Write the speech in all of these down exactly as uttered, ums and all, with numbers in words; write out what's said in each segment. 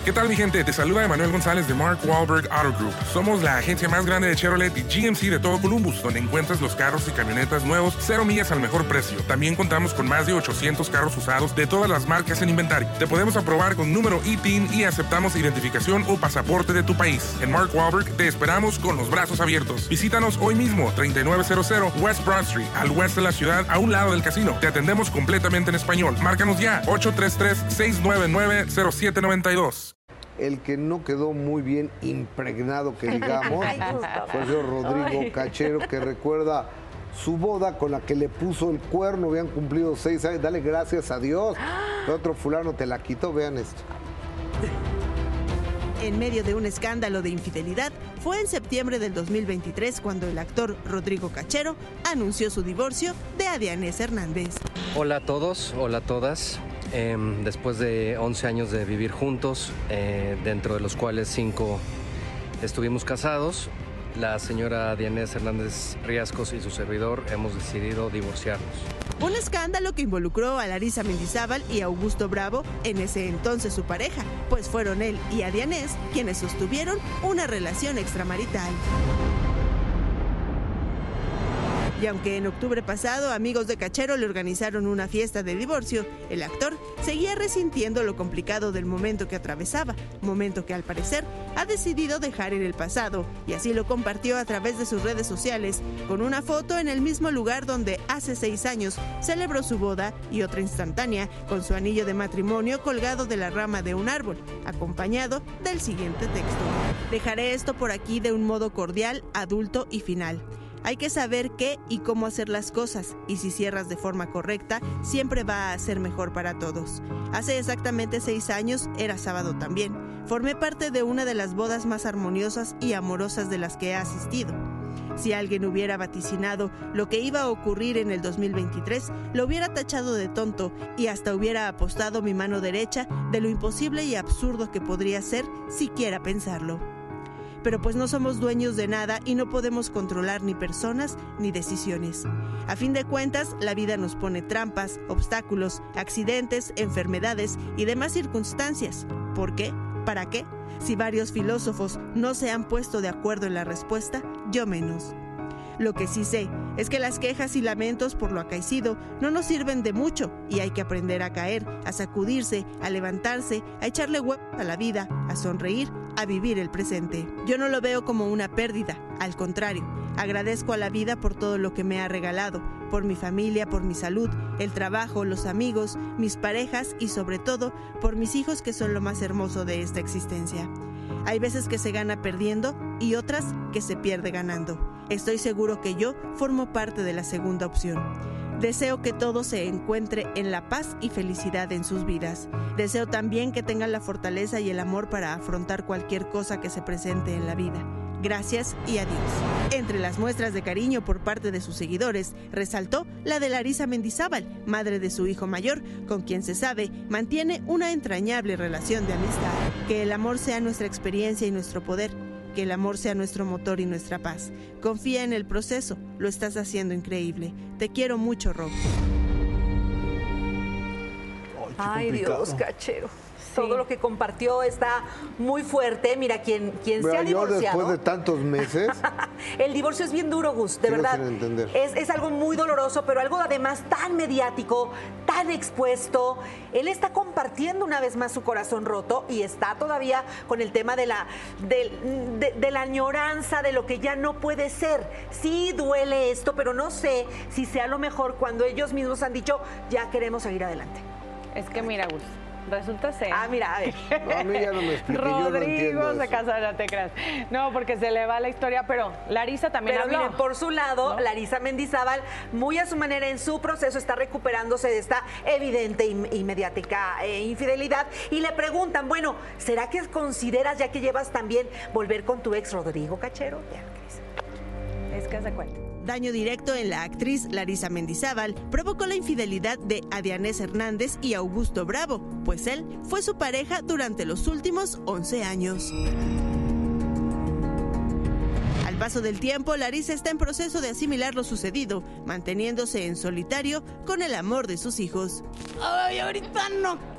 ¿Qué tal, mi gente? Te saluda Emanuel González de Mark Wahlberg Auto Group. Somos la agencia más grande de Chevrolet y G M C de todo Columbus, donde encuentras los carros y camionetas nuevos, cero millas al mejor precio. También contamos con más de ochocientos carros usados de todas las marcas en inventario. Te podemos aprobar con número I T I N y aceptamos identificación o pasaporte de tu país. En Mark Wahlberg te esperamos con los brazos abiertos. Visítanos hoy mismo, treinta y nueve cero cero West Broad Street, al oeste de la ciudad, a un lado del casino. Te atendemos completamente en español. Márcanos ya, ocho tres tres, seis nueve nueve, cero siete nueve dos. El que no quedó muy bien impregnado, que digamos, fue el señor Rodrigo Ay. Cachero, que recuerda su boda con la que le puso el cuerno. Habían cumplido seis años. Dale gracias a Dios. El otro fulano te la quitó. Vean esto. En medio de un escándalo de infidelidad, fue en septiembre del dos mil veintitrés cuando el actor Rodrigo Cachero anunció su divorcio de Adianés Hernández. Hola a todos, hola a todas. Eh, después de once años de vivir juntos, eh, dentro de los cuales cinco estuvimos casados, la señora Adianés Hernández Riascos y su servidor hemos decidido divorciarnos. Un escándalo que involucró a Larisa Mendizábal y Augusto Bravo, en ese entonces su pareja, pues fueron él y Adianés quienes sostuvieron una relación extramarital. Y aunque en octubre pasado amigos de Cachero le organizaron una fiesta de divorcio, el actor seguía resintiendo lo complicado del momento que atravesaba, momento que al parecer ha decidido dejar en el pasado, y así lo compartió a través de sus redes sociales, con una foto en el mismo lugar donde hace seis años celebró su boda y otra instantánea con su anillo de matrimonio colgado de la rama de un árbol, acompañado del siguiente texto: dejaré esto por aquí de un modo cordial, adulto y final. Hay que saber qué y cómo hacer las cosas, y si cierras de forma correcta, siempre va a ser mejor para todos. Hace exactamente seis años, era sábado también, formé parte de una de las bodas más armoniosas y amorosas de las que he asistido. Si alguien hubiera vaticinado lo que iba a ocurrir en el dos mil veintitrés, lo hubiera tachado de tonto y hasta hubiera apostado mi mano derecha de lo imposible y absurdo que podría ser siquiera pensarlo. Pero pues no somos dueños de nada y no podemos controlar ni personas ni decisiones. A fin de cuentas, la vida nos pone trampas, obstáculos, accidentes, enfermedades y demás circunstancias. ¿Por qué? ¿Para qué? Si varios filósofos no se han puesto de acuerdo en la respuesta, yo menos. Lo que sí sé es que las quejas y lamentos por lo acaecido no nos sirven de mucho y hay que aprender a caer, a sacudirse, a levantarse, a echarle huevos a la vida, a sonreír, a vivir el presente. Yo no lo veo como una pérdida, al contrario, agradezco a la vida por todo lo que me ha regalado, por mi familia, por mi salud, el trabajo, los amigos, mis parejas y sobre todo por mis hijos, que son lo más hermoso de esta existencia. Hay veces que se gana perdiendo y otras que se pierde ganando. Estoy seguro que yo formo parte de la segunda opción. Deseo que todo se encuentre en la paz y felicidad en sus vidas. Deseo también que tengan la fortaleza y el amor para afrontar cualquier cosa que se presente en la vida. Gracias y adiós. Entre las muestras de cariño por parte de sus seguidores, resaltó la de Larisa Mendizábal, madre de su hijo mayor, con quien se sabe mantiene una entrañable relación de amistad. Que el amor sea nuestra experiencia y nuestro poder. Que el amor sea nuestro motor y nuestra paz. Confía en el proceso, lo estás haciendo increíble. Te quiero mucho, Rob. Ay, Dios, Cachero. Sí. Todo lo que compartió está muy fuerte. Mira, quien, quien se ha divorciado... Yo después de tantos meses... El divorcio es bien duro, Gus, de verdad. Sin entender. Es, es algo muy doloroso, pero algo además tan mediático, tan expuesto. Él está compartiendo una vez más su corazón roto y está todavía con el tema de la, de, de, de la añoranza, de lo que ya no puede ser. Sí duele esto, pero no sé si sea lo mejor cuando ellos mismos han dicho, ya queremos seguir adelante. Es que mira, Gus, resulta ser... Ah, mira, a ver. No, a mí ya no me expliqué, Rodrigo yo no se casa, no te creas. No, porque se le va la historia, pero Larisa también pero habló. Miren, por su lado, ¿no? Larisa Mendizábal, muy a su manera en su proceso, está recuperándose de esta evidente y mediática eh, infidelidad. Y le preguntan, bueno, ¿será que consideras, ya que llevas también, volver con tu ex Rodrigo Cachero? Ya, Cris. Es que se cuenta. Daño directo en la actriz Larisa Mendizábal provocó la infidelidad de Adianés Hernández y Augusto Bravo, pues él fue su pareja durante los últimos once años. Al paso del tiempo, Larisa está en proceso de asimilar lo sucedido, manteniéndose en solitario con el amor de sus hijos. Ay, ahorita no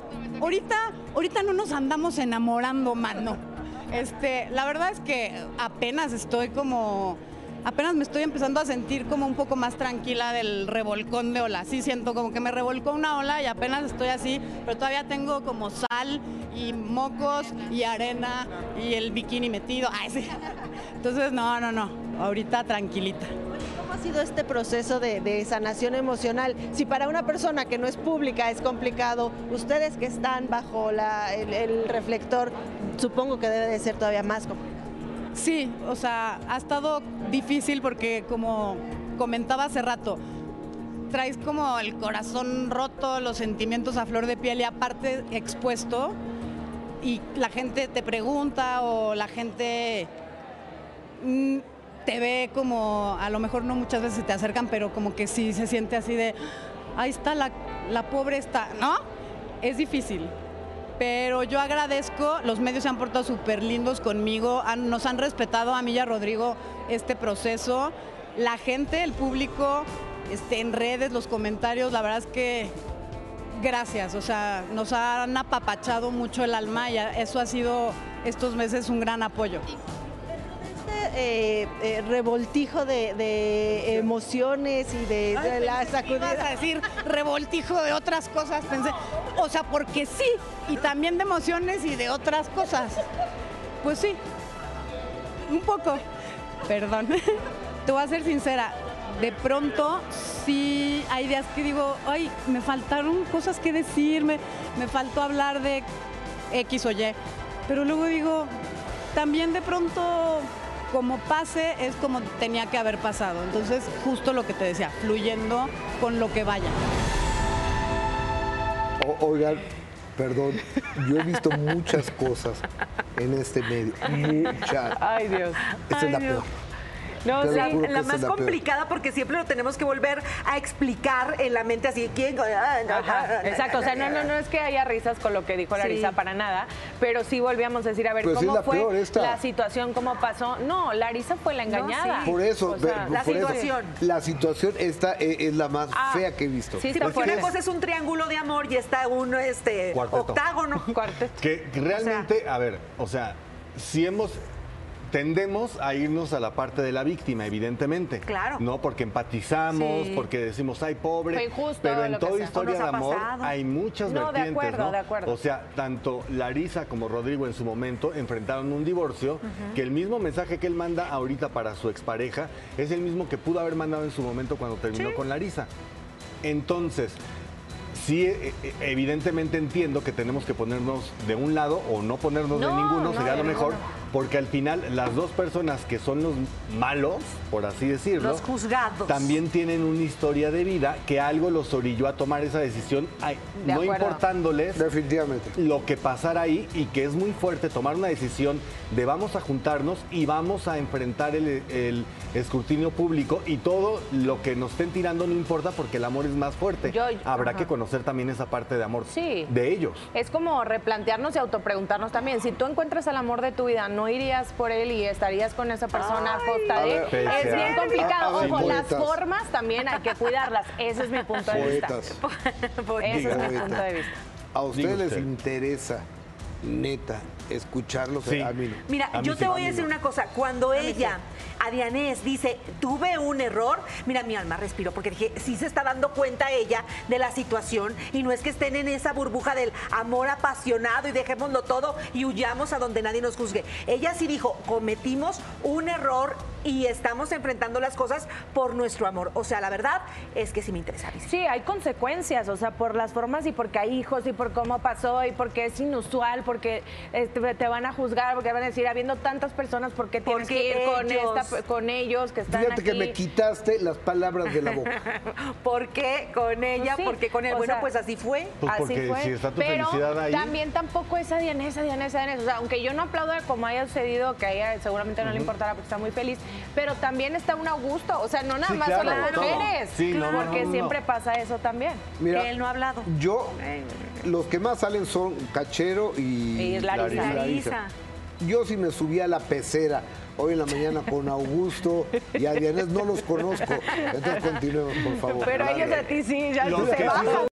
ahorita, ahorita no nos andamos enamorando, mano. Este, la verdad es que apenas estoy como, apenas me estoy empezando a sentir como un poco más tranquila del revolcón de ola. Sí siento como que me revolcó una ola y apenas estoy así, pero todavía tengo como sal y mocos y arena y el bikini metido. Ay, sí. Entonces, no, no, no, ahorita tranquilita. ¿Cómo ha sido este proceso de, de sanación emocional? Si para una persona que no es pública es complicado, ustedes que están bajo la, el, el reflector, supongo que debe de ser todavía más complicado. Sí, o sea, ha estado difícil porque, como comentaba hace rato, traes como el corazón roto, los sentimientos a flor de piel y aparte expuesto, y la gente te pregunta o la gente mmm, te ve como, a lo mejor no muchas veces te acercan, pero como que sí se siente así de, ahí está, la, la pobre está, ¿no? Es difícil. Pero yo agradezco, los medios se han portado súper lindos conmigo, han, nos han respetado a mí y a Rodrigo este proceso. La gente, el público, este, en redes, los comentarios, la verdad es que gracias, o sea, nos han apapachado mucho el alma y eso ha sido estos meses un gran apoyo. Eh, eh, revoltijo de, de emociones y de, Ay, de la sacudida. Ibas a decir revoltijo de otras cosas, pensé, o sea, porque sí, y también de emociones y de otras cosas. Pues sí, un poco, perdón. Te voy a ser sincera, de pronto sí hay días que digo, ay, me faltaron cosas que decirme, me faltó hablar de X o Y, pero luego digo, también de pronto como pase es como tenía que haber pasado. Entonces, justo lo que te decía, fluyendo con lo que vaya. O, oigan, perdón, yo he visto muchas cosas en este medio. Muchas. Ay, Dios. Esta es la peor. No, Te sí, lo juro que la esta más es la complicada peor. porque siempre lo tenemos que volver a explicar en la mente así. ¿Quién? Ajá, exacto, o sea, no, no, no es que haya risas con lo que dijo Larisa Sí. para nada, pero sí volvíamos a decir, a ver, Pero sí ¿cómo es la fue peor esta. la situación, cómo pasó? No, Larisa fue la engañada. sí. Por eso, O sea, ve- la por eso, situación. la situación esta es, es la más Ah, fea que he visto. sí, está Es que Porque fuerte. una cosa es un triángulo de amor y está un este, Cuarteto. octágono. Cuarteto. Que, que realmente, a ver, o sea, si hemos... Tendemos a irnos a la parte de la víctima, evidentemente. Claro. No, porque empatizamos, Sí. porque decimos, ay, pobre. Fue injusto, pero en lo que toda sea. historia O nos de ha amor pasado. hay muchas No, de vertientes, acuerdo, ¿no? de acuerdo. O sea, tanto Larisa como Rodrigo en su momento enfrentaron un divorcio, que el mismo mensaje que él manda ahorita para su expareja es el mismo que pudo haber mandado en su momento cuando terminó con Larisa. Entonces, sí, e- e- evidentemente entiendo que tenemos que ponernos de un lado o no ponernos de No, ninguno, no, sería de lo mejor, ninguno. porque al final las dos personas que son los malos, por así decirlo, Los juzgados. también tienen una historia de vida que algo los orilló a tomar esa decisión, ay, De no acuerdo. importándoles Definitivamente. lo que pasara ahí, y que es muy fuerte tomar una decisión de vamos a juntarnos y vamos a enfrentar el, el escrutinio público y todo lo que nos estén tirando no importa porque el amor es más fuerte. Yo- Habrá ajá. que conocer también esa parte de amor Sí. de ellos. Es como replantearnos y autopreguntarnos también. Si tú encuentras el amor de tu vida, ¿no irías por él y estarías con esa persona a costa A de? ver, Es Pese a- bien complicado. a ver, Ojo, las poetas. formas también hay que cuidarlas. Ese es mi punto de vista. Poetas. Ese es mi Poeta. punto de vista. ¿A ustedes Diga les usted. interesa, neta, escucharlos? Sí. A mí no. Mira, A mí yo sí, te a voy mí a decir no. una cosa. Cuando ella, a Dianés, dice, tuve un error, mira, mi alma respiró, porque dije, sí se está dando cuenta ella de la situación y no es que estén en esa burbuja del amor apasionado y dejémoslo todo y huyamos a donde nadie nos juzgue. Ella sí dijo, cometimos un error y estamos enfrentando las cosas por nuestro amor. O sea, la verdad es que sí me interesa. Dice. Sí, hay consecuencias, o sea, por las formas y porque hay hijos y por cómo pasó y porque es inusual, porque este, te van a juzgar, porque van a decir, habiendo tantas personas, ¿por qué tienes Porque que ir con, ellos- esta, con ellos que están Fíjate aquí? que me quitaste las palabras de la boca. ¿Por qué con ella? Pues sí, Porque con él. o Bueno, sea, pues así fue. Pues Así porque fue. si está tu Pero felicidad ahí. también tampoco esa Dianesa, Dianesa, Dianesa. O sea, aunque yo no aplaudo de cómo haya sucedido, que a ella seguramente no le importará porque está muy feliz, pero también está un Augusto. O sea, no nada Sí, más claro, son las todo. mujeres. Sí, no, no, porque no, no. siempre pasa eso también. Mira, Que él no ha hablado. yo, los que más salen son Cachero y, Y Larisa. Larisa. Yo sí me subí a la pecera hoy en la mañana con Augusto y a Dianés, no los conozco. Entonces continuemos, por favor. Pero ellos a ti sí, ya Los se que sí bajan. son